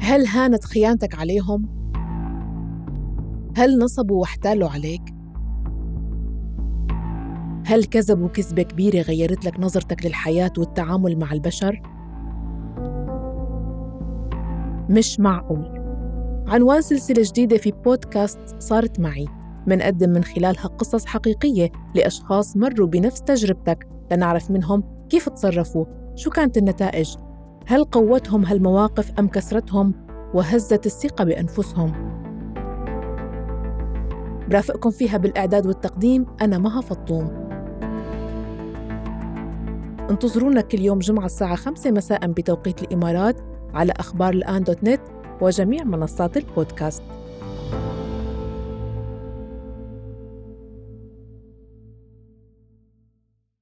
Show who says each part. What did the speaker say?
Speaker 1: هل هانت خيانتك عليهم؟ هل نصبوا واحتالوا عليك؟ هل كذبوا كذبة كبيرة غيرت لك نظرتك للحياة والتعامل مع البشر؟ مش معقول. عنوان سلسلة جديدة في بودكاست صارت معي، منقدم من خلالها قصص حقيقية لأشخاص مروا بنفس تجربتك لنعرف منهم كيف تصرفوا، شو كانت النتائج، هل قوتهم هالمواقف أم كسرتهم وهزت الثقة بأنفسهم. برافقكم فيها بالإعداد والتقديم أنا مها فطوم. انتظرونا كل يوم جمعة الساعة 5 مساء بتوقيت الإمارات على أخبار الآن دوت نت وجميع منصات البودكاست.